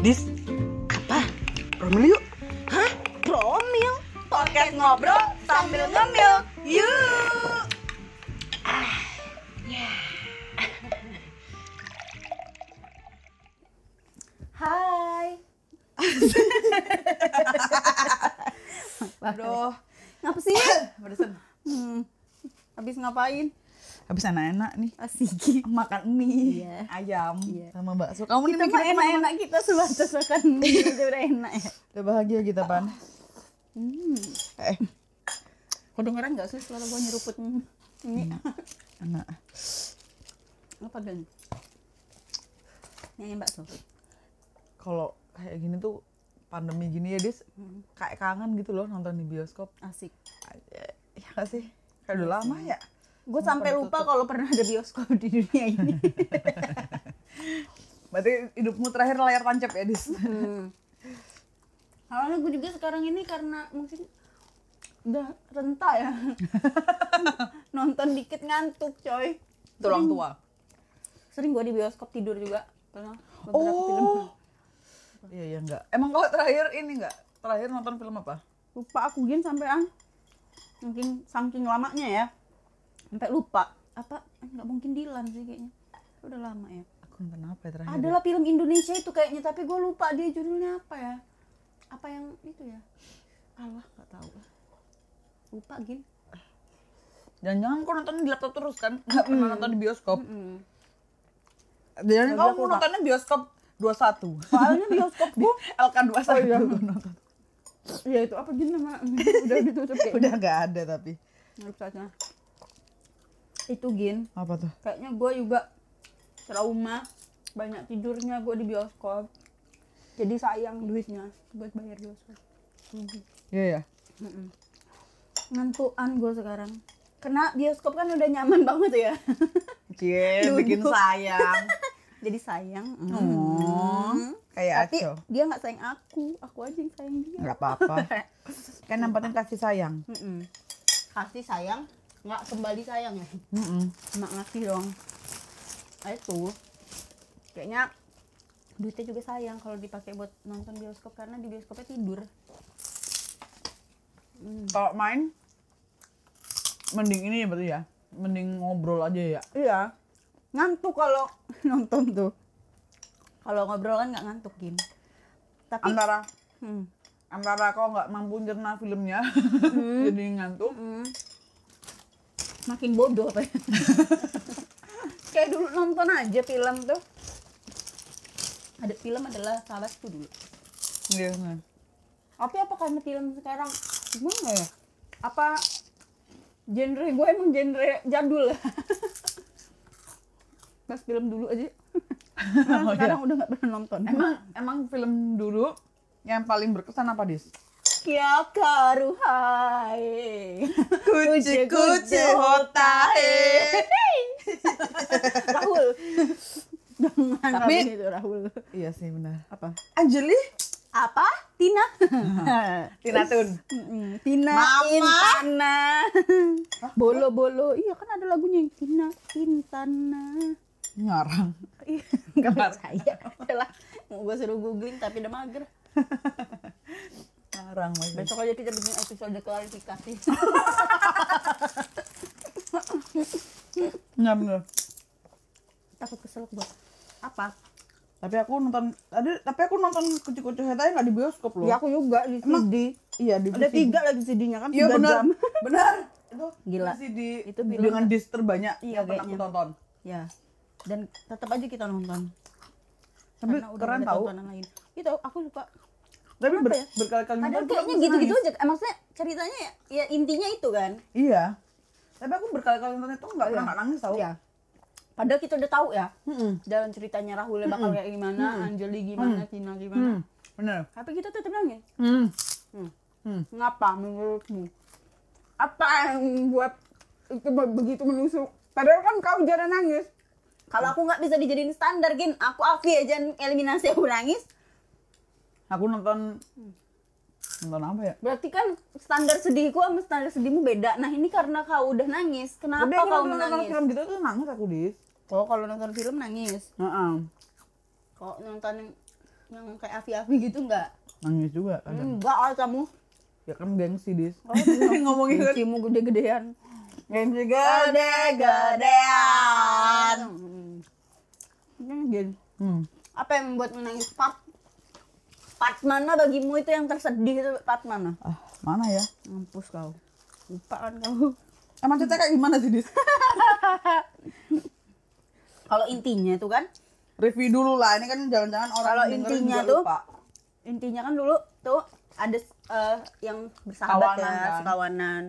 Dis, Apa? promil yuk. Hah? Promil? Podcast ngobrol sambil ngemil. Yuk! Hai. Aduh, Ngapa sih? barusan Habis ngapain? habis enak-enak nih. Asik. Makan mie, Iya. ayam, Iya. sama bakso. Kamu nih Kita mah mikirnya kemana-mana? enak-enak kita sebatas makan mie udah enak ya. Udah bahagia kita, Pan. Eh, Kedengeran nggak sih suara gua nyeruput ini? enak. Apa dan? Nyanyi bakso. Kalau kayak gini tuh pandemi gini ya, Dis, kayak kangen gitu loh nonton di bioskop. Asik. Ya nggak sih? Kayak udah lama ya. Gue sampai lupa kalau pernah ada bioskop di dunia ini. Berarti hidupmu terakhir layar tancap ya, Dis? Soalnya gue juga sekarang ini karena mungkin udah renta ya. Nonton dikit ngantuk, coy. Tulang tua. Sering gue di bioskop tidur juga. Pernah beberapa film. Iya, iya enggak. Emang kalau terakhir ini enggak? Terakhir nonton film apa? Lupa aku gin sampean. Mungkin saking lamanya ya. Sampai lupa. Apa? Nggak mungkin Dilan sih kayaknya. Udah lama ya. Aku nonton apa ya terakhir? Adalah film Indonesia itu kayaknya, tapi gue lupa dia judulnya apa ya. Apa yang itu ya? Alah, nggak tahu. Lupa gin. Jangan-jangan kau nonton di laptop terus kan? Nggak pernah nonton di bioskop. Dan Jadi kamu aku lupa. nontonnya bioskop 21. Soalnya bioskopku LK21 Oh, iya. nonton. ya itu apa gin nama udah ditutup kayaknya. Udah nggak ada tapi. Websitenya. Itu gin. Apa tuh? Kayaknya gue juga trauma banyak tidurnya gue di bioskop. Jadi sayang duitnya buat bayar bioskop. Iya ya. Ngantukan gue sekarang. Karena bioskop kan udah nyaman banget ya. Cie, Duduk. bikin sayang. Jadi sayang. Kayak Tapi Aco. dia nggak sayang aku aja yang sayang dia. Nggak apa-apa. Kan yang penting kasih sayang. Kasih sayang, nggak kembali sayang ya. Cuma ngasih dong. Nah, itu kayaknya duitnya juga sayang kalau dipakai buat nonton bioskop karena di bioskopnya tidur. Kalau main mending ini ya berarti ya. Mending ngobrol aja ya. Iya. Ngantuk kalau nonton tuh. Kalau ngobrol kan nggak ngantuk gin. Tapi Antara kau nggak mampu cerna filmnya jadi ngantuk. makin bodoh apa ya. Kayak dulu nonton aja film tuh. Ada film adalah sahabatku dulu. Iya. Nah. Tapi apa karena film sekarang gimana ya? Apa genre gue emang genre jadul? Pas film dulu aja. Nah, sekarang udah nggak pernah nonton. Emang film dulu yang paling berkesan apa, Dis? Kya karu hai Kuci hotahe. Rahul. Jangan Tapi itu Rahul. iya sih benar. Apa? Anjeli, Apa? Tina. Tina Tun. Tina Mama. Intana. Bolo-bolo. Iya kan ada lagunya yang Tina Intana. Ngarang. Enggak percaya. Yalah, mau gue suruh googling tapi udah mager. Ngarang lagi. Besok aja kita bikin episode klarifikasi. Nggak bener. Takut kesel gue. Apa? Tapi aku nonton Kuci Hotahe nggak di bioskop loh. Ya aku juga di CD. Iya di Ada 3 lagi CD-nya kan. Iya 3 benar. jam. Benar. Itu Gila. masih di Itu film dengan kan? disk terbanyak Iya, yang pernah aku kayaknya. tonton. Ya. Dan tetap aja kita nonton. Tapi Karena udah keren ada tahu. tontonan lain. Itu aku suka. Tapi Kenapa ya? berkali-kali Padahal nonton tuh kayaknya aku gitu-gitu nangis. aja. Maksudnya ceritanya ya intinya itu kan. Iya. Tapi aku berkali-kali nonton itu nggak pernah nggak nangis tahu. Iya. Padahal kita udah tahu ya. Mm-mm. Jalan ceritanya Rahul bakal kayak gimana, Anjeli gimana, Tina gimana. Bener. Tapi kita tetap nangis. Hmm. Ngapa menurutmu? Apa yang buat itu begitu menusuk? Padahal kan kau jarang nangis. Kalau aku nggak bisa dijadiin standar, Gin. Aku Afi aja eliminasi aku nangis. Aku nonton apa ya? Berarti kan standar sedihku sama standar sedihmu beda. Nah ini karena kau udah nangis. Kenapa Tapi aku kau nonton menangis? film gitu tuh nangis aku, Dis. Oh kalau nonton film nangis. Heeh. Kalau nonton Yang kayak Afi-Afi gitu enggak? Nangis juga kadang. Enggak, kamu. Ya kan gengsi dis. Oh, ngomongin gengsimu gede-gedean. Gengsi gede-gedean. Gini. Apa yang membuat menangis? Part mana bagimu itu yang tersedih itu? Part mana? Mana ya? Mampus kau. Lupa kan kau. Emang cerita kayak gimana sih dis? Kalau intinya itu kan, Review dulu lah, ini kan jangan-jangan orang kalau dengerin intinya juga tuh, lupa. intinya kan dulu tuh ada yang bersahabat Kawanan, ya, kan? sekawanan.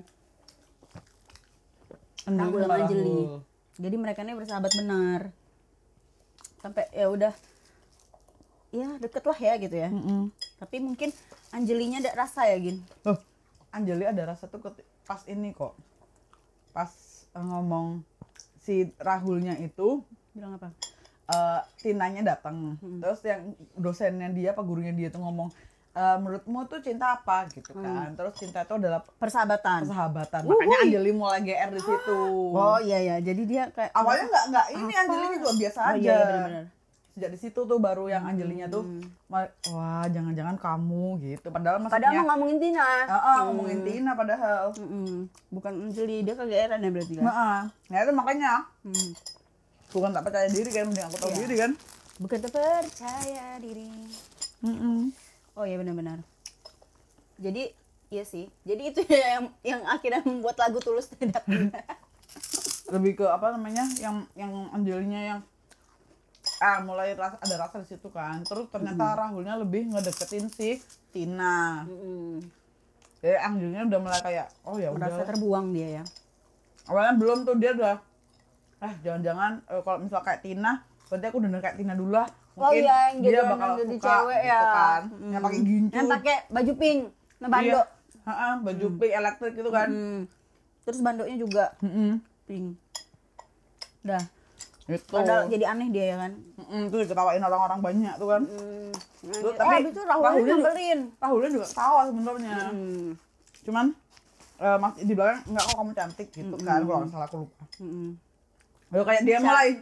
Rahul Rahul sama sama Anjeli. Rahul. Jadi mereka ini bersahabat benar. Sampai ya udah, ya deket lah ya gitu ya. Tapi mungkin Anjelinya ada rasa ya, Gin. Loh, Anjeli ada rasa tuh pas ini kok. Pas ngomong si Rahulnya itu Bilang apa? Tinanya datang. Terus yang dosennya dia, apa gurunya dia tuh ngomong, menurutmu tuh cinta apa gitu kan. Terus cinta itu adalah Persahabatan. persahabatan. Makanya Anjeli mulai GR di situ. Oh iya ya, jadi dia kayak Awalnya nggak ini Anjelinya juga biasa Oh, aja. iya, benar-benar. Sejak di situ tuh baru yang Anjelinya tuh wah jangan-jangan kamu gitu. Padahal maksudnya Padahal mau ngomongin Tina. ngomongin Tina padahal. Bukan Anjeli, dia kegeeran ya berarti kan? Ya itu makanya bukan tak percaya diri kan, mending aku tahu Iya. diri kan. Bukan terpercaya diri. Oh iya benar-benar. Jadi iya sih. Jadi itu ya yang akhirnya membuat lagu Tulus tidak. Lebih ke apa namanya yang Anjelinya yang mulai ada rasa di situ kan. Terus ternyata Rahulnya lebih ngedeketin si Tina. Jadi Anjelinya udah mulai kayak oh ya Merasa udah. terbuang dia ya. Awalnya belum tuh, dia udah jangan-jangan kalau misal kayak Tina, berarti aku udah kayak Tina dulu lah. Mungkin iya, yang dia jadi bakal jadi suka cewek gitu ya. kan. Yang pakai gincu. Yang pakai baju pink, bando. Iya. Baju pink elektrik gitu kan. Terus bandonya juga pink. Dah. Gitu. Padahal jadi aneh dia ya kan. Itu diketawain orang-orang banyak tuh kan. Terus, Tapi itu Rahulnya nyambelin. Rahulnya juga tawa sebenarnya. Cuman masih di belakang enggak kok kamu cantik gitu kan, kalau nggak salah aku lupa. Lalu kayak dia mulai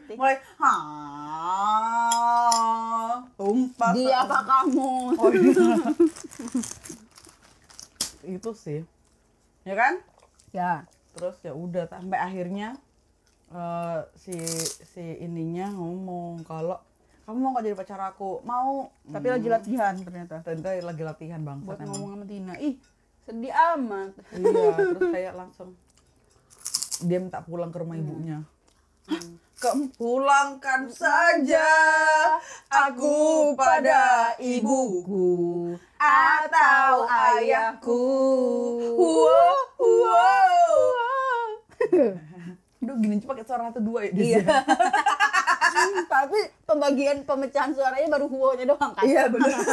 tumpah. Dia apa kamu? Oh, iya. Itu sih. Ya kan? Ya. Terus ya udah sampai akhirnya si ininya ngomong kalau kamu mau nggak jadi pacar aku? Mau. Tapi lagi latihan ternyata. Ternyata lagi latihan bang. Buat ngomong sama Tina. Ih, sedih amat. Iya, terus kayak langsung dia minta pulang ke rumah ibunya. Pulangkan saja aku pada ibuku atau ayahku. Aduh gini pakai suara 1 2 ya. Iya. Tapi pembagian pemecahan suaranya baru huo-nya doang kan? Iya benar.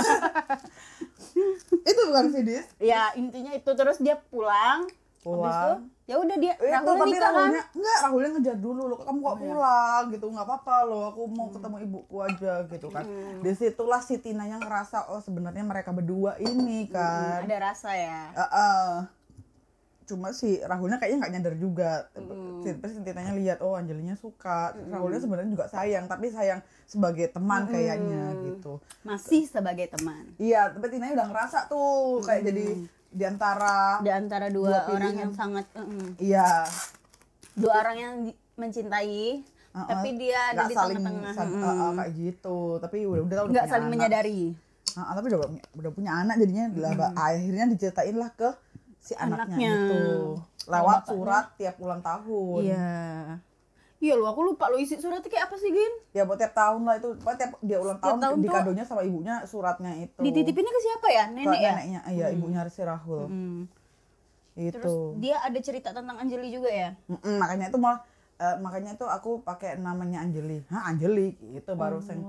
Itu bukan sih Dis? Ya intinya itu, terus dia pulang. Habis itu ya udah dia Rahulnya tapi nikah kan? Rahulnya ngejar dulu loh, kamu kok pulang gitu, nggak apa-apa loh, aku mau ketemu ibuku aja gitu kan. Disitulah si Tinanya ngerasa oh sebenarnya mereka berdua ini kan. Ada rasa ya. Cuma si Rahulnya kayaknya nggak nyadar juga. Terus si Tinanya lihat oh Anjelinya suka, Rahulnya sebenarnya juga sayang, tapi sayang sebagai teman kayaknya gitu. Masih sebagai teman. Iya, tapi Tinanya udah ngerasa tuh kayak jadi di antara dua orang yang sangat iya, dua orang yang mencintai tapi dia ada di tengah-tengah kayak gitu, tapi udah nggak saling menyadari. Tapi udah punya anak jadinya akhirnya diceritain lah ke si anaknya itu lewat surat tiap ulang tahun. Iya lo, aku lupa lo isi suratnya kayak apa sih Gin? Ya buat tiap tahun lah itu, tiap dia ulang tahun tahun dikadonya sama ibunya suratnya itu. Dititipinnya ke siapa ya? Nenek ya? Neneknya, iya ibunya si Rahul. Itu. Terus dia ada cerita tentang Anjeli juga ya? Makanya itu makanya itu aku pakai namanya Anjeli. Anjeli itu baru sing.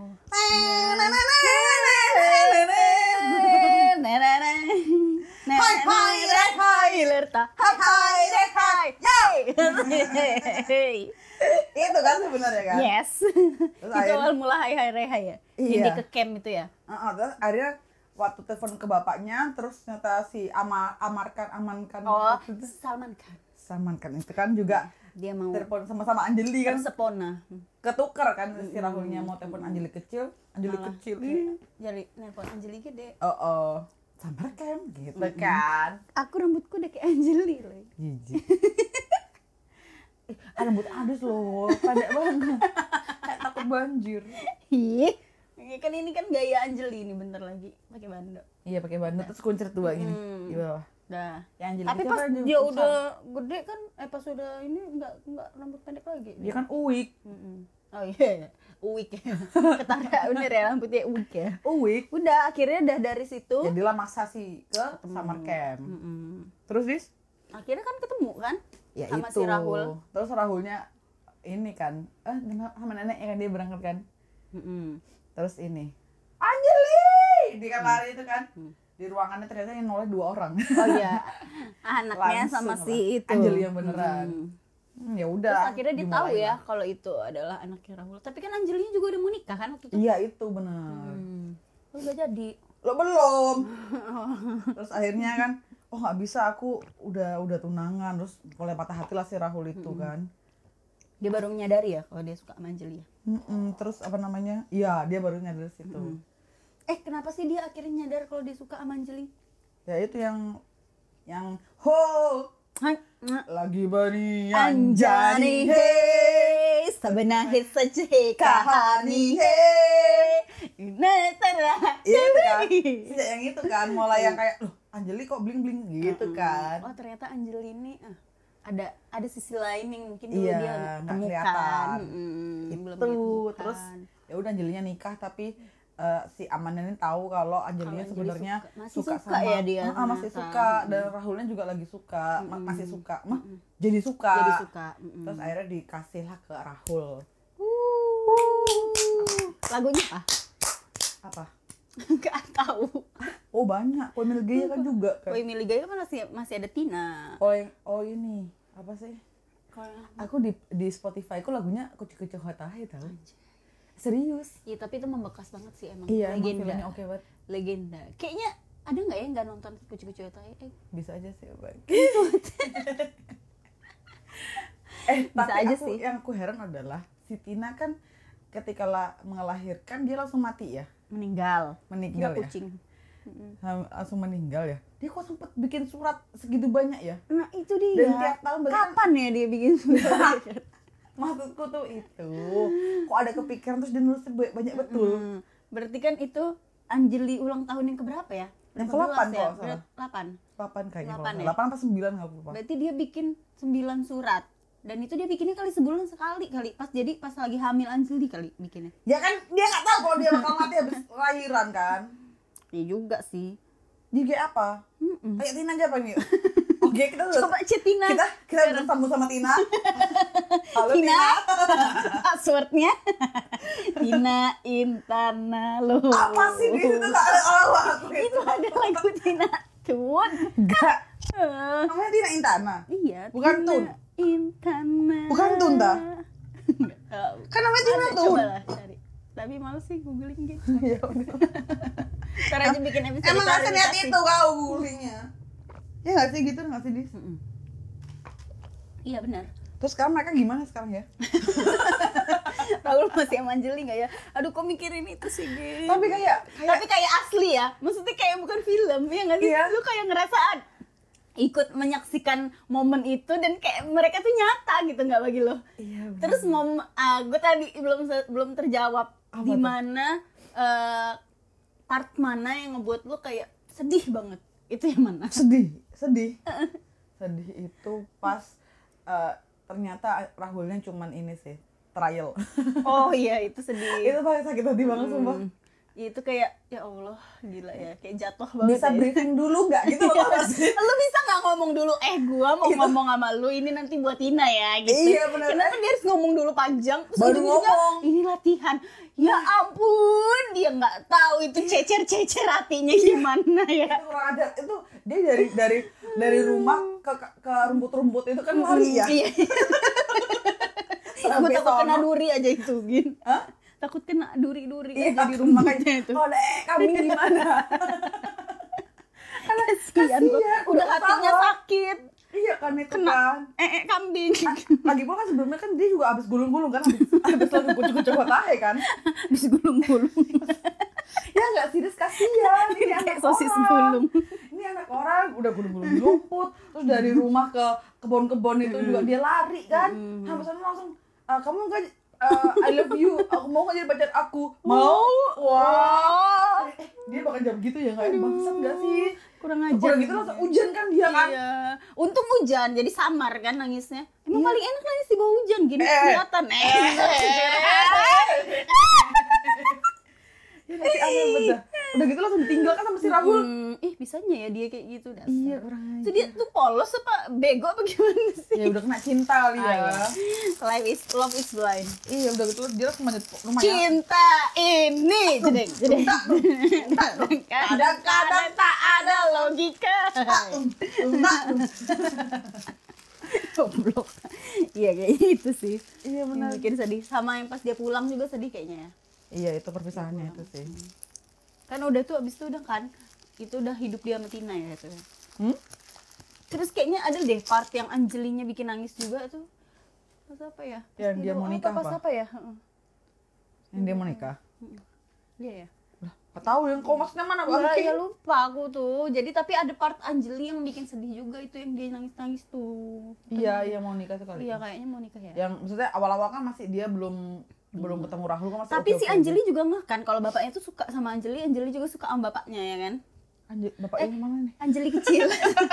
Itu kan sebenarnya kan. Yes. Itu awal mula hai Reha ya. Jadi ke camp itu ya. Terus akhirnya waktu telepon ke bapaknya, terus ternyata si amankan oh Salman Khan Saman kan itu kan juga Dia mau telepon sama-sama Anjeli kan, sepona. ketuker kan si Rahulnya mau telepon Anjeli kecil, Anjeli Malah. kecil. Jadi nelpon Anjeli gede. Oh, Summer Camp gitu kan. Aku rambutku udah kayak Anjeli loh. Jijik. Rambut adus loh, pendek banget. Kayak takut banjir. Ih, kan ini kan gaya Anjeli ini bentar lagi pakai bando. Iya pakai bando terus kuncir dua gini di bawah. Dah. Yang Anjeli Tapi kecil pas kan dia besar. udah gede kan, pas udah ini enggak rambut pendek lagi. Dia kan uwik. Oh iya, uwik ya. Ketara bener ya rambutnya uwik ya. Uwik. Udah akhirnya dah dari situ. Jadilah massasi ke Summer Camp. Terus Dis? Akhirnya kan ketemu kan Ya sama itu. si Rahul. Terus Rahulnya ini kan, sama neneknya kan dia berangkat kan. Terus ini, Anjeli! Dia kan lari itu kan. Di ruangannya ternyata yang noleh 2 orang. Oh iya, anaknya Langsung sama lah. si itu. Anjeli yang beneran. Ya udah. Terus akhirnya dia tahu dimulai ya lah. kalau itu adalah anaknya Rahul. Tapi kan Anjelinya juga udah mau nikah kan waktu itu. Iya itu bener. Lu udah jadi. Lo belum. Terus akhirnya kan, oh nggak bisa aku udah tunangan. Terus mulai patah hati lah si Rahul itu kan. Dia baru menyadari ya kalau dia suka sama Anjeli ya. Terus apa namanya? Iya dia baru nyadar situ. Kenapa sih dia akhirnya nyadar kalau dia suka sama Anjeli? Ya itu yang ho lagi bani Anjani he sebenarnya saja kahani he netera. Iya itu kan. Sejak yang itu kan mulai yang kayak loh Anjeli kok bling bling gitu kan. Oh ternyata Anjeli ini ada sisi lain yang mungkin dulu Iya, dia nggak temukan. kelihatan. Belum Itu ditemukan. terus ya udah Anjelinya nikah tapi si Aman ini tahu kalau Anjelinya Kalau Anjeli sebenarnya masih suka suka sama ya dia masih ternyata. suka dan Rahulnya juga lagi suka masih suka jadi suka Jadi suka. terus akhirnya dikasih lah ke Rahul. Lagunya Apa? nggak tahu. Oh banyak Poemil Gaya kan juga kan. Boy Milih Gaya kan masih ada Tina. Oh ini apa sih? Aku di Spotify aku lagunya Kucu-Kucu Hotahe tahu. Serius. Iya tapi itu membekas banget sih emang. Iya, emang Legenda. filmnya oke banget. Legenda. Kayaknya ada nggak ya yang nggak nonton Kucu-Kucu Hotahe? Bisa aja sih, Bang. Bisa tapi aja aku, sih. yang aku heran adalah si Tina kan ketika melahirkan dia langsung mati ya, Meninggal meninggal ya, kucing. langsung meninggal ya. Dia kok sempet bikin surat segitu banyak ya? Nah itu dia. Dan tiap tahun berarti kan- kapan ya dia bikin surat? Maksudku tuh itu, kok ada kepikiran terus dia nulis banyak betul. Berarti kan itu Anjeli ulang tahun yang keberapa ya? Yang Berapa ke-8 belas ya? kalau salah. 8. 8 kayaknya, 8 ya? 8 apa 9 nggak lupa. Berarti dia bikin 9 surat. Dan itu dia bikinnya kali sebulan sekali kali. Pas lagi hamil Anjeli kali bikinnya. Ya kan dia nggak tahu kalau dia bakal mati habis lahiran kan. Iya juga sih. Dia kayak apa? Kayak Tina aja apa nih? Oke, kita udah Coba chat Tina. kita udah sambung sama Tina. Halo Tina. Tina. Passwordnya Tina Intana lo. Apa sih di situ nggak ada awal aku Itu ada lagu Tina Tun. Enggak. Namanya Tina Intana. Iya. Bukan Tina Tun. Intana. Bukan Tun, dah? Nggak tahu. Kan namanya Tina Ada, Tun. coba lah cari. Tapi males sih googling gitu. Ya udah. Ntar aja bikin episode Emang nggak seniat klarifikasi. itu kau googlingnya? Ya nggak sih gitu nggak sih Dis? Iya benar. Terus sekarang mereka gimana sekarang ya? Raul masih sama Anjeli nggak ya? Aduh kok mikirin itu sih Gin. Tapi kayak Tapi kayak asli ya. Maksudnya kayak bukan film ya nggak sih? Iya. Lu kayak ngerasa ikut menyaksikan momen itu dan kayak mereka tuh nyata gitu nggak bagi lo? iya. Terus gue tadi belum terjawab Apa di tuh? mana part mana yang ngebuat lu kayak sedih banget. Itu yang mana? Sedih itu pas ternyata Rahulnya cuman ini sih trial. Oh iya itu sedih. Itu paling sakit hati banget sumpah. Itu kayak ya Allah gila ya kayak jatuh banget. Bisa ya. briefing dulu nggak gitu loh nggak sih? Lu bisa nggak ngomong dulu gua mau ngomong sama lu ini nanti buat Tina ya gitu. Iya, bener. Kenapa dia harus ngomong dulu panjang terus Baru ujung-ujungnya, ngomong. ini latihan. Ya ampun dia nggak tahu itu cecer hatinya gimana ya. Itu kurang ajar. Itu dia dari rumah ke rumput-rumput itu kan lari ya. Iya. Gue Sampai takut kena sono. duri aja itu Gin. Hah? Takut kena duri-duri Iya, aja di rumputnya makanya itu. oh kami gimana? Kasihan lu. Kasihan, Udah udah hatinya salah. sakit. Iya kan itu kan. Kambing. Lagi pula kan sebelumnya kan dia juga habis gulung-gulung kan, habis lagi kucu-kucu tahe kan. Habis gulung-gulung. Ya nggak sih, kasihan ini anak sosis orang. gulung. Ini anak orang udah gulung-gulung rumput, terus dari rumah ke kebun-kebun itu juga dia lari kan. Habis itu langsung kamu nggak I love you, aku mau nggak jadi pacar aku? Mau? Wah. Dia bakal jawab gitu ya, nggak bangsat nggak sih? Kurang ajar. Udah gitu langsung hujan kan dia kan. Iya. Untung hujan, jadi samar kan nangisnya. Emang paling enak nangis di bawah hujan gini kelihatan. Ya nggak sih, aneh bener. Udah gitu langsung ditinggal kan sama si Rahul. Bisanya ya dia kayak gitu dasar. Iya, kurang aja. Itu dia tuh polos apa bego apa gimana sih? Ya udah kena cinta kali ya. Love is blind. Iya, udah gitu dia langsung manjat rumahnya. Cinta ini jedeng. Kadang-kadang tak ada logika. Goblok. Iya kayak gitu sih. Iya benar. Yang bikin sedih. Sama yang pas dia pulang juga sedih kayaknya ya. Iya, itu perpisahannya itu sih. Kan udah tuh abis itu udah kan itu udah hidup dia sama Tina ya itu. Terus kayaknya ada deh part yang Anjelinya bikin nangis juga tuh. Pas apa ya? Yang dia mau nikah pas apa ya? Yang dia mau nikah. Iya ya. Lah, enggak tahu yang kau maksudnya mana, Bang? Ya lupa aku tuh. Jadi tapi ada part Anjeli yang bikin sedih juga itu yang dia nangis-nangis tuh. Iya, mau nikah sekali. Iya, kayaknya mau nikah ya. Yang maksudnya awal-awal kan masih dia belum ketemu Rahul kan masih. Tapi si oke-oke Anjeli juga ngeh kan kalau bapaknya tuh suka sama Anjeli juga suka sama bapaknya ya kan? Bapaknya mana nih? Anjeli kecil.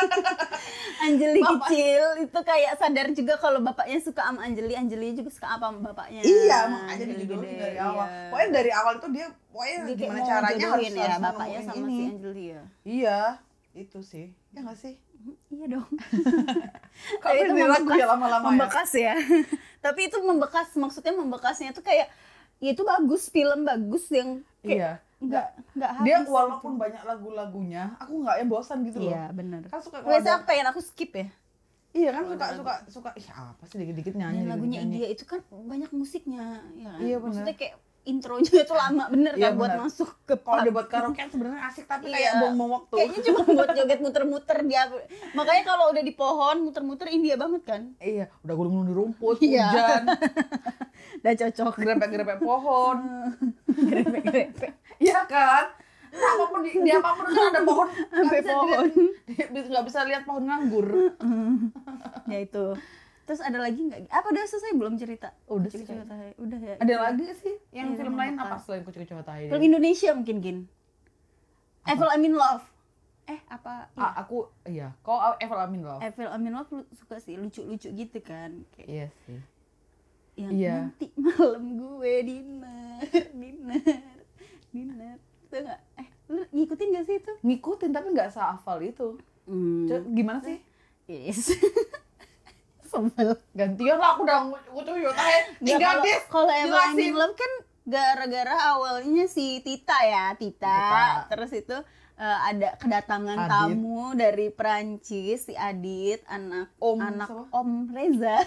Anjeli kecil itu kayak sadar juga kalau bapaknya suka sama Anjeli juga suka apa sama bapaknya. Iya, makanya dia Anjeli dulu gede, dari awal. iya. Pokoknya dari awal itu dia gimana caranya harus ya bapaknya sama ini. si Anjeli ya. Iya, itu sih. Ya nggak sih? Iya dong. Kok itu lagu ya lama-lama ya? Membekas ya. Tapi itu membekas, maksudnya membekasnya itu kayak ya itu bagus, film bagus yang kayak Iya. Enggak habis. Dia walaupun banyak lagu-lagunya, aku nggak yang bosan gitu loh. Iya, benar. Kan suka biasa aku pengen aku skip ya. Iya kan suka apa sih dikit-dikit nyanyi. Dan lagunya India itu kan banyak musiknya, ya kan? Iya, benar. Maksudnya kayak intronya itu lama bener kan buat masuk ke kalau dibuat karaoke sebenarnya asik tapi kayak buang waktu. Kayaknya cuma buat joget muter-muter dia. Makanya kalau udah di pohon muter-muter India banget kan? Iya, udah gulung-gulung di rumput, hujan. Udah cocok. Grepek-grepek pohon. Grepek-grepek. Iya kan? Nah, apapun di apapun kan ada pohon. Sampai pohon. Nggak bisa lihat pohon nganggur. Ya itu. Terus ada lagi nggak? Apa udah selesai belum cerita? Udah cerita. Udah ya. Ada lagi sih yang Iya, film sama lain Kak. apa selain Kucing Kecil Tai? Film Indonesia mungkin Gin. Evil I'm in Love. Apa? Aku iya. Kau Evil I'm in Love. Evil I'm in Love suka sih lucu-lucu gitu kan. Kayak Iya sih. yang Iya. nanti malam gue dinner. Itu nggak? Lu ngikutin gak sih itu? Ngikutin tapi nggak sehafal itu. Gimana sih? Yes. Sebel. Gantian lah, aku udah ngucur yotai. Gadis. Kalau Evil I'm in Love kan gara-gara awalnya si Tita. Terus itu ada kedatangan Adit. tamu dari Perancis, si Adit, anak siapa? Om Reza.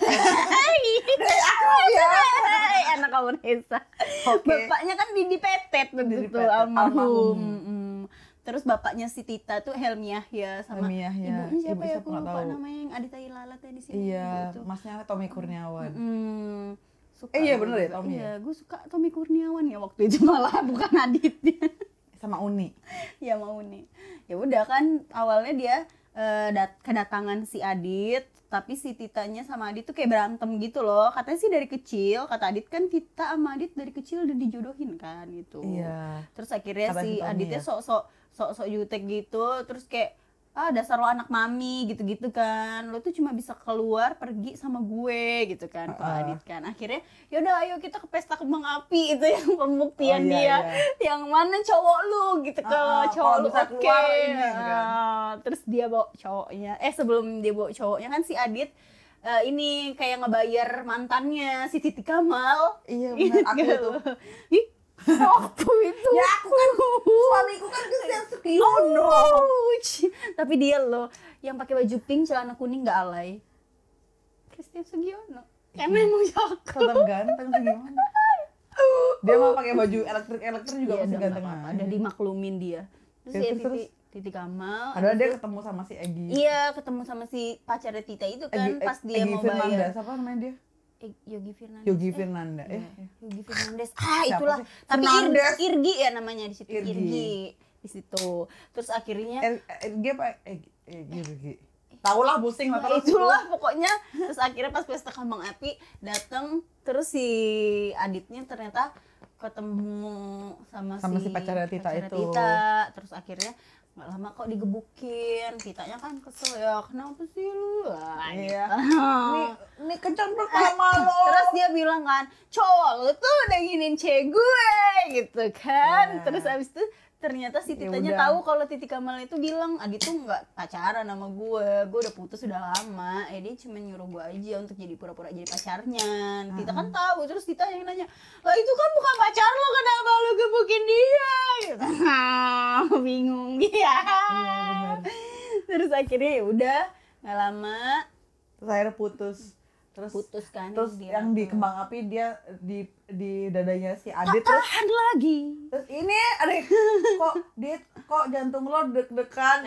Anak Om Reza. Oke. Bapaknya kan dipetet begitu Dipetet, almarhum. Terus bapaknya si Tita tuh Helmi Yahya sama Helmi Yahya. ibunya siapa Ibu ya? siapa Aku nggak lupa tahu. namanya yang Adita Ilalat ya di sini. Iya, gitu. masnya Tommy Kurniawan. Suka Iya, gua. bener ya, Tommy Iya, ya? gue suka Tommy Kurniawan ya waktu itu malah bukan Aditnya. Sama Uni. Ya mau nih. Ya udah kan awalnya dia kedatangan si Adit, tapi si Titanya sama Adit tuh kayak berantem gitu loh. Katanya sih dari kecil, kata Adit kan Tita sama Adit dari kecil udah dijodohin kan gitu. Iya. Terus akhirnya Kata si si Tommy Aditnya ya? sok jutek gitu, terus kayak dasar lo anak mami gitu-gitu kan, lo tuh cuma bisa keluar pergi sama gue gitu kan, kalau Adit kan. Akhirnya yaudah ayo kita ke pesta kembang api, itu yang pembuktian dia. Yang mana cowok lu gitu, kalau cowok lu bisa oke. keluar ini, kan. Terus dia bawa cowoknya, sebelum dia bawa cowoknya kan si Adit ini kayak ngebayar mantannya si Titi Kamal. Iya benar, aku tuh. Ih, waktu itu Ya aku kan suamiku kan Christian Sugiono. Tapi dia loh yang pakai baju pink celana kuning nggak alay. Christian Sugiono karena emang cakep. Tetap ganteng sih gimana? Dia mau pakai baju elektrik juga Iya masih dong, ganteng nggak apa-apa. aja. Udah dimaklumin dia. Terus Ya, ya terus. Titi Kamal. Padahal dia ketemu sama si Egy. Iya, ketemu sama si pacarnya Tita itu kan pas dia Egy mau Fernandez, bayar. apa namanya dia? Yogi Fernandes. Yogi Fernanda. Yogi Fernandes. Siapa Itulah. sih? Tapi Fernandes. Irgi ya namanya di situ. Irgi. Irgi di situ. Terus akhirnya Egy apa? Egy. Tahu lah, pusing lah nah, terus. itulah pokoknya. Terus akhirnya pas pesta kembang api datang, terus si Aditnya ternyata ketemu sama si pacarnya Tita itu. Tita. Terus akhirnya nggak lama kok digebukin. Titanya kan kesel ya, kenapa sih lu? Iya. Gitu. Ini kencan pertama lo. Terus dia bilang kan, cowok lu tuh udah giniin cewek gue gitu kan. Ya. Terus abis itu ternyata si Ya Titanya udah. tahu kalau Titi Kamal itu bilang Adit tuh nggak pacaran sama gue udah putus udah lama. Dia cuma nyuruh gue aja untuk jadi pura-pura jadi pacarnya. Tita kan tahu. Terus Tita yang nanya, lah itu kan bukan pacar lo, kenapa lo gebukin dia? Gitu. Bingung dia. Iya benar. Terus akhirnya ya udah nggak lama Terus akhirnya putus. putus kan. Terus dia yang di tuh. kembang api dia di dadanya si Adit. Terus Tahan lagi. ini ada kok jantung lo deg-degan.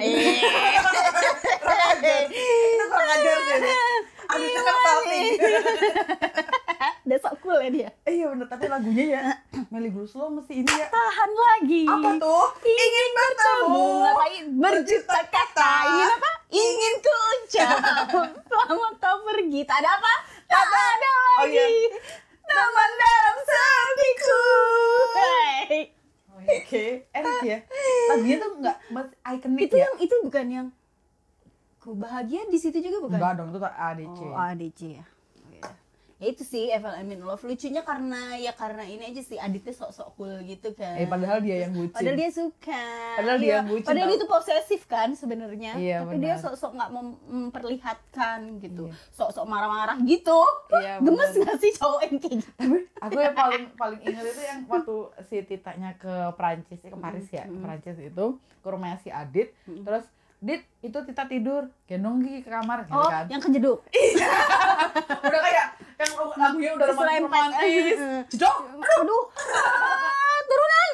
Itu kurang ajar sih. Adit itu kan tapi. Udah sok cool ya dia. Iya bener, tapi lagunya ya Melly Goeslaw mesti ini ya. Tahan lagi. Apa tuh? Ingin bertemu. Ngapain? Berjuta kata. Ingin apa? Ingin ku ucap. Lama kau pergi. Tak ada apa? Tak ada Oh lagi. iya. Teman dalam sepiku. Hey. Oke, enak ya. Lagunya tuh enggak ikonik Itu ya. yang itu bukan yang ku bahagia di situ juga bukan? Enggak dong, itu ADC. Oh, ADC ya. Oh, ya. Ya itu sih Evel I'm in Love, lucunya karena ini aja sih Aditnya sok-sok cool gitu kan. Padahal dia yang bucin. Padahal dia suka. Padahal dia yang bucin, Padahal tau. dia tuh posesif kan sebenarnya. Iya, Tapi dia benar. sok-sok nggak memperlihatkan gitu. Iya. Sok-sok marah-marah gitu. Iya, Gemes benar. gak sih cowok yang kayak gitu? Tapi aku yang paling ingat itu yang waktu si Titanya ke Prancis, ke Paris ya, ke Prancis itu ke rumahnya si Adit, terus Dit, itu Tita tidur, gendong Gigi ke kamar, gitu Oh, kan. yang kejeduk. Udah kayak yang lagunya udah Serempet. romantis. Jedok. Aduh. Turunan.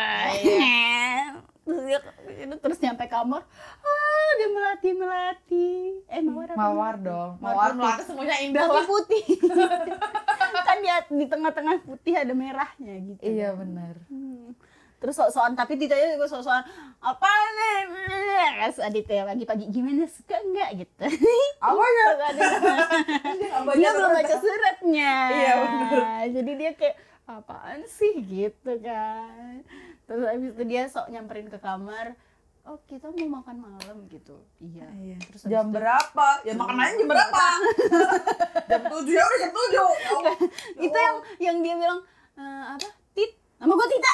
Terus nyampe kamar, dia melati. Mawar dong. Mawar Mawar putih. melati semuanya indah lah. Putih. Kan dia di tengah-tengah putih ada merahnya gitu. Iya benar. Terus sok-sokan, tapi Titanya juga sok-sokan apa nih? Kas Aditya pagi-pagi gimana, suka nggak gitu? Apanya? Dia belum baca suratnya. Iya, bener. Jadi dia kayak apaan sih gitu kan. Terus abis itu dia sok nyamperin ke kamar. Oh kita mau makan malam gitu. Iya. Terus abis Jam itu- berapa? Ya makan aja jam berapa? Jam 7 ya udah jam 7. Itu yang dia bilang apa? Tit, nama gue Tita.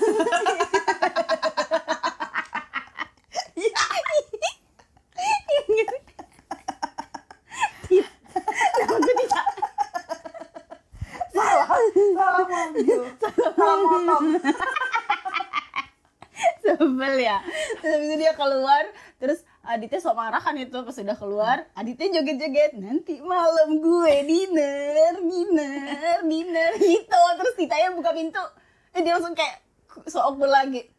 Tit, nama gue Tita. Salah manggil. Salah motong. Sebel ya. Terus habis itu dia keluar, terus Aditnya sok marah kan itu pas udah keluar, Aditnya joget-joget, nanti malam gue dinner gitu. Terus Titanya buka pintu, dia langsung kayak sok cool lagi.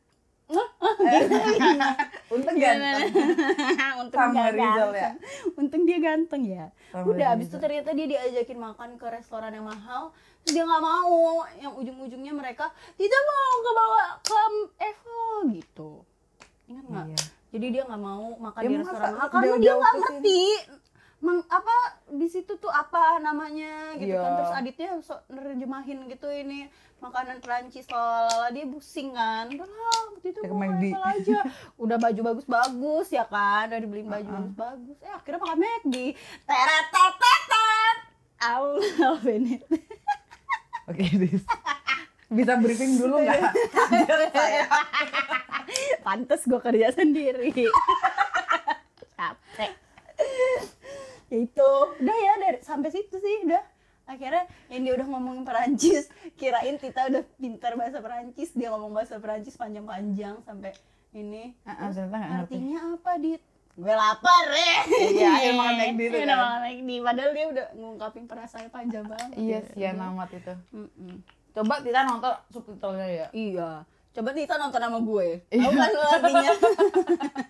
Untung ganteng. Untung Sama dia Rizal ya. ganteng. Untung dia ganteng ya. Sama Udah abis itu Rizal. ternyata dia diajakin makan ke restoran yang mahal, terus dia nggak mau. Yang ujung-ujungnya mereka tidak mau kebawa ke Eiffel gitu. Ingat nggak? Iya. Jadi dia nggak mau makan Ya, di masa restoran mahal karena jauh-jauh dia nggak ke ngerti apa di situ tuh apa namanya gitu Iya. kan. Terus Aditnya sok nerjemahin gitu ini makanan Perancis lalala, dia pusing kan. Udah lah, itu Kayak mau McD. Eiffel aja. Udah baju bagus-bagus ya kan, udah dibeliin baju bagus-bagus. Akhirnya makan McD. Teretetetet. I love it. Oke, Dis. Bisa briefing dulu nggak? Kaget saya. Pantes gue kerja sendiri. Capek. Ya itu, udah ya dari sampai situ sih udah. Akhirnya yang dia udah ngomongin Perancis, kirain Tita udah pintar bahasa Perancis, dia ngomong bahasa Perancis panjang-panjang sampai ini. Ternyata nggak ngerti. Artinya apa, Dit? Gue lapar Iya, akhirnya makan McD itu Udah kan. makan McD, padahal dia udah ngungkapin perasaannya panjang banget. Iya, sian amat itu. Mm-mm. Coba kita nonton subtitlenya ya. Iya. Coba Tita nonton sama gue. Iya. Tahu kan lo artinya?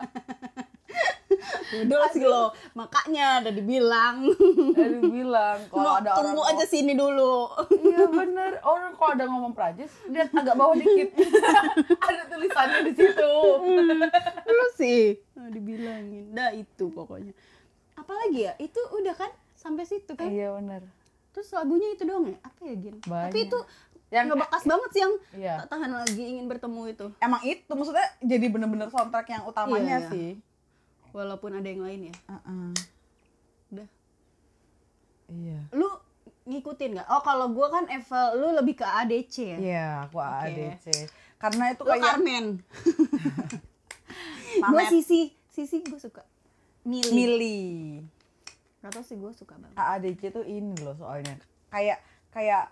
Dodol sih lo, makanya udah dibilang. Dari bilang kalau ada orang Tunggu aja sini dulu. iya bener, orang kalau ada ngomong Prancis lihat agak bawah dikit ada tulisannya di situ. Lu sih dibilangin, dah itu pokoknya. Apalagi ya, itu udah kan sampai situ kan. Iya bener. Terus lagunya itu doang ya? Apa ya Gin? Banyak. Tapi itu Yang ngebekas banget sih yang iya. tak tahan lagi ingin bertemu itu. Emang itu maksudnya jadi bener-bener soundtrack yang utamanya Iya. sih. Walaupun ada yang lain ya. Udah. Iya. Lu ngikutin nggak? Oh kalau gue kan Evel, lu lebih ke ADC ya? Iya, aku Oke. ADC. Karena itu Lu kayak Carmen. Gue Mamet. Sisi gue suka. Mili. Mili. Gak tau sih gue suka banget. ADC tuh ini loh soalnya. Kayak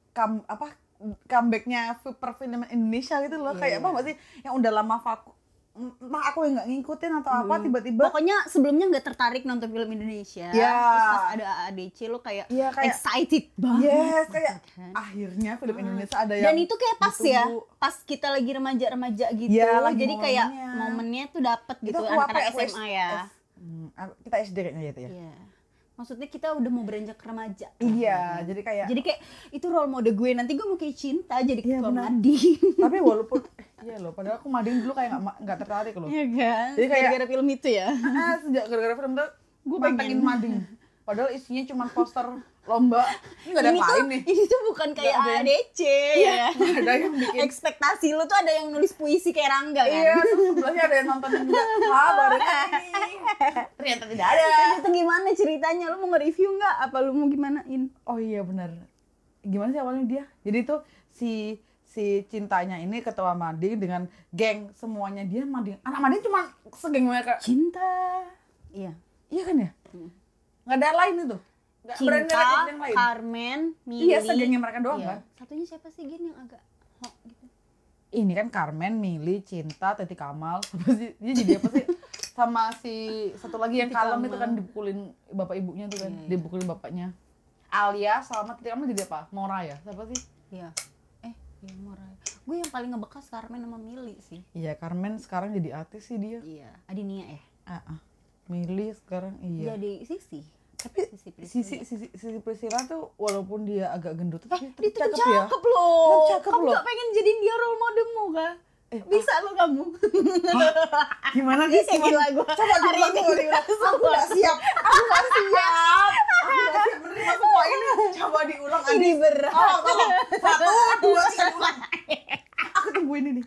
comebacknya perfilman Indonesia gitu loh. Kayak apa sih yang udah lama vakum. Entah aku yang nggak ngikutin atau apa tiba-tiba. Pokoknya sebelumnya nggak tertarik nonton film Indonesia. Ya. Terus pas ada ADC lu kayak, Iya, kayak excited banget. Yes, kayak kan. akhirnya film Indonesia ada yang Dan itu kayak pas ya, ditunggu. pas kita lagi remaja-remaja gitu. Iya, lagi jadi kayak momennya. momennya tuh dapet gitu Itu anak-anak aku SMA ya. Kita SD kayaknya gitu ya. Iya. Maksudnya kita udah mau beranjak remaja. Iya, jadi kayak Jadi kayak itu role model gue, nanti gue mau kayak Cinta jadi Iya, ketua benar. Mading. tapi walaupun iya loh, padahal aku mading dulu kayak nggak tertarik loh. Iya kan? Jadi kayak- gara-gara film itu ya. Sejak gara-gara film tuh gue pengen. pengen mading. Padahal isinya cuma poster lomba. Ini nggak ada yang lain nih. Ini tuh bukan kayak Nggak ada yang- ADC ya. Nggak ada yang bikin. Ekspektasi lu tuh ada yang nulis puisi kayak Rangga kan? Iya, terus sebelahnya ada yang nonton juga. Baru ini. Ternyata tidak ada. Itu gimana ceritanya? Lu mau nge-review nggak? Apa lu mau gimanain? Oh iya benar. Gimana sih awalnya dia? Jadi tuh si Cintanya ini ketua mading dengan geng semuanya dia mading. Anak mading cuma segeng mereka. Cinta. Iya. Iya kan ya? Nggak ada lain itu. Nggak berani Cinta, rekrut yang lain. Carmen, Mili. Iya, segengnya mereka doang Iya. kan? Satunya siapa sih Gin yang agak hok gitu? Ini kan Carmen, Mili, Cinta, Teti Kamal. Apa sih? Dia jadi apa sih? Sama si satu lagi yang Teti kalem Kamal. itu kan dipukulin bapak ibunya tuh kan. Iya, iya. Dipukulin bapaknya. Alia sama Teti Kamal jadi apa? Mora ya? Siapa sih? Iya. Iya Morai. Gue yang paling ngebekas Carmen sama Mili sih. Iya, Carmen sekarang jadi artis sih dia. Iya. Adinia ya. Mili sekarang iya. Jadi Sisi. Tapi Sisi Sisi Priscilla tuh walaupun dia agak gendut tapi dia tuh cakep ya. cakep loh. Cakep Kamu loh. gak pengen jadiin dia role modelmu kah? Bisa lo kamu. Gimana sih? Gila gue. Coba diulang, aku gak siap. Aku gak siap. Menerima semua ini. Coba diulang. Ini berat. Oh, tolong. 1, 2, 3 diulang. Aku tungguin ini.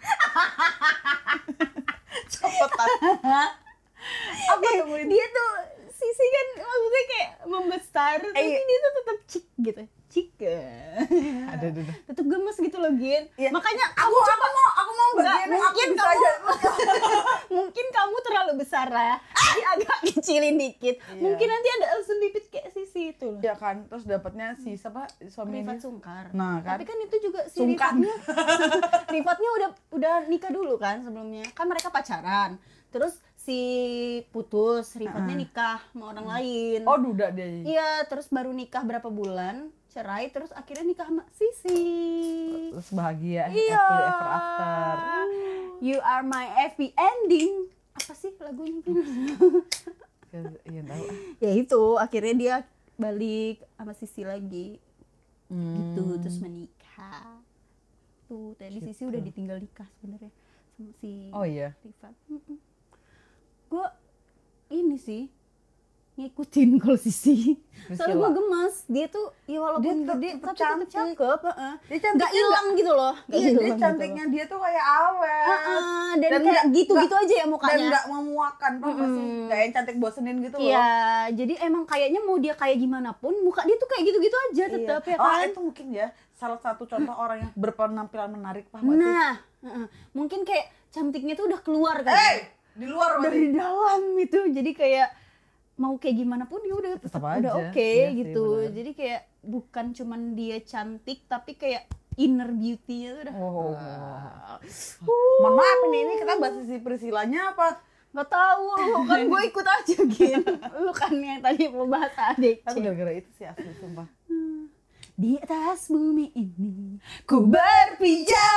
Cepetan. Aku tungguin. Dia tuh Sisi kan maksudnya kayak membesar tapi dia tuh tetap cik gitu. Cik. Ada. Tetap gemes gitu loh Gin. Iya. Makanya Aku mau Nggak, bagian yang aku mungkin bisa kamu aja. mungkin kamu terlalu besar lah. Jadi agak kecilin dikit. Iya. Mungkin nanti ada Elsun Bibit kayak Sisi itu loh. Ya kan, terus dapatnya si siapa suami Rifat ini. Sungkar. Nah, kan. Tapi kan itu juga si Sungkan. Rifatnya udah nikah dulu kan sebelumnya. Kan mereka pacaran. Terus si putus, Rifatnya nikah sama orang lain. Oh, duda dia. Iya, terus baru nikah berapa bulan, cerai, terus akhirnya nikah sama Sisi. Terus bahagia, Iya. happily ever after. You are my happy ending. Apa sih lagunya? Iya tahu. Ya itu, akhirnya dia balik sama Sisi lagi. Gitu, terus menikah. Tuh, tadi Sisi udah ditinggal nikah sebenarnya sama si Oh iya. Rifat. Gue ini sih ngikutin kalau Sisi. Soalnya gue gemes, dia tuh ya walaupun Dia gede tetep tapi tetap cantik. cakep, Dia cantiknya nggak hilang gitu loh. Nggak Iya, dia hilang gitu cantiknya dia tuh kayak awet. loh. Dan Dan kayak nggak- gitu-gitu aja ya Dan mukanya. nggak memuakan, paham sih? Nggak yang cantik bosenin gitu loh. Iya, jadi emang kayaknya mau dia kayak gimana pun muka dia tuh kayak gitu-gitu aja tetap ya Oh, kan. itu mungkin ya salah satu contoh orang yang berpenampilan menarik, paham nggak sih? Nah, mungkin kayak cantiknya tuh udah keluar kan. Di luar Dari berarti. dalam itu. Jadi kayak mau kayak gimana pun dia udah tetap Tetap udah aja. oke Iya sih, gitu. benar. Jadi kayak bukan cuman dia cantik tapi kayak inner beauty-nya tuh udah. Oh. Mohon maaf ini kita bahas sisi Priscillanya apa? Nggak tahu lu kan gue ikut aja gitu. Lu kan yang tadi mau bahas ADC. Tapi gara-gara itu sih asli sumpah. Di atas bumi ini ku berpijak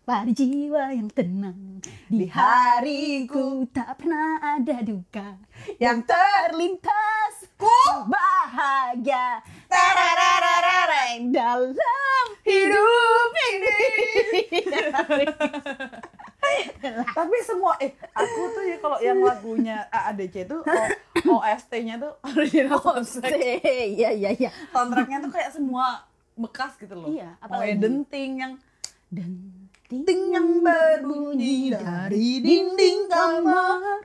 pada jiwa yang tenang. Di hariku tak pernah ada duka yang terlintas. Ku bahagia dalam hidup ini. Tapi semua aku tuh ya kalau yang lagunya AADC itu OST-nya tuh original soundtrack. Iya. Soundtracknya tuh kayak semua bekas gitu loh. Iya, apalagi denting yang denting yang berbunyi dari dinding kamar.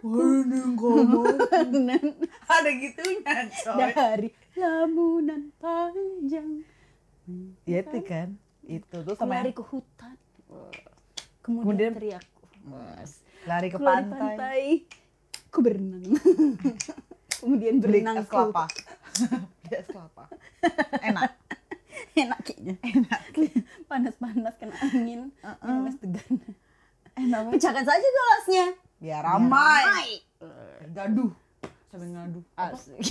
Ada gitunya, coy. Dari lamunan panjang. Ya itu kan. Itu tuh sama Lari yang ke hutan. Kemudian teriak. lari ke Keluar di pantai. Ku berenang. Kemudian Beli berenang es kelapa. Beli es kelapa. Enak. Enak kayaknya. Enak. Panas-panas kena angin. Minum es degan. Enak. Pecahkan saja gelasnya. Biar ramai. Gaduh. Sambil ngadu. Asik.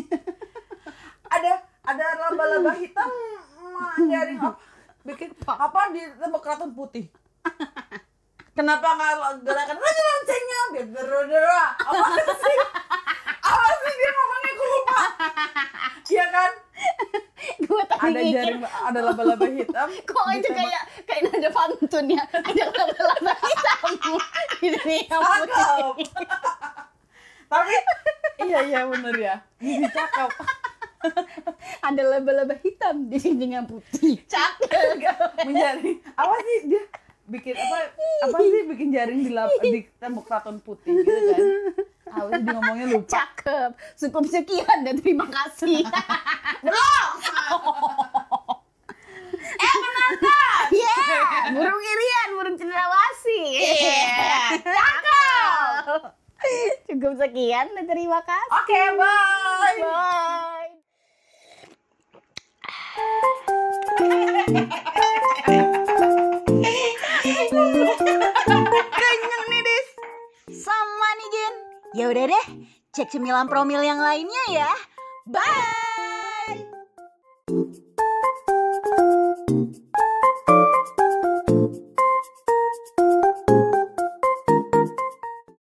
Ada laba-laba hitam menjaring bikin apa di tembok keraton putih. Kenapa nggak gerakan lagi loncengnya biar berdera? Apa sih dia ngomongnya, aku lupa. Iya kan? Gue tadi Ada jaring, ada laba-laba hitam. Kok itu kayak nada pantun ya? Ada laba-laba hitam di dunia putih. Tapi iya bener ya. Ini cakep. Ada laba-laba hitam di dinding yang putih. Cakep. Menjaring. Apa sih dia bikin apa sih bikin jaring di tembok keraton putih gitu kan? Tahu sih dia ngomongnya lupa. Cakep. Cukup sekian dan terima kasih. Belum. Penonton. Yeah. Burung irian, burung cendrawasih. Cakep. Cukup sekian dan terima kasih. Oke, bye. Bye. Kenyang nih, Dis. Sama nih, Gen. Ya udah deh, cek cemilan promil yang lainnya ya. Bye.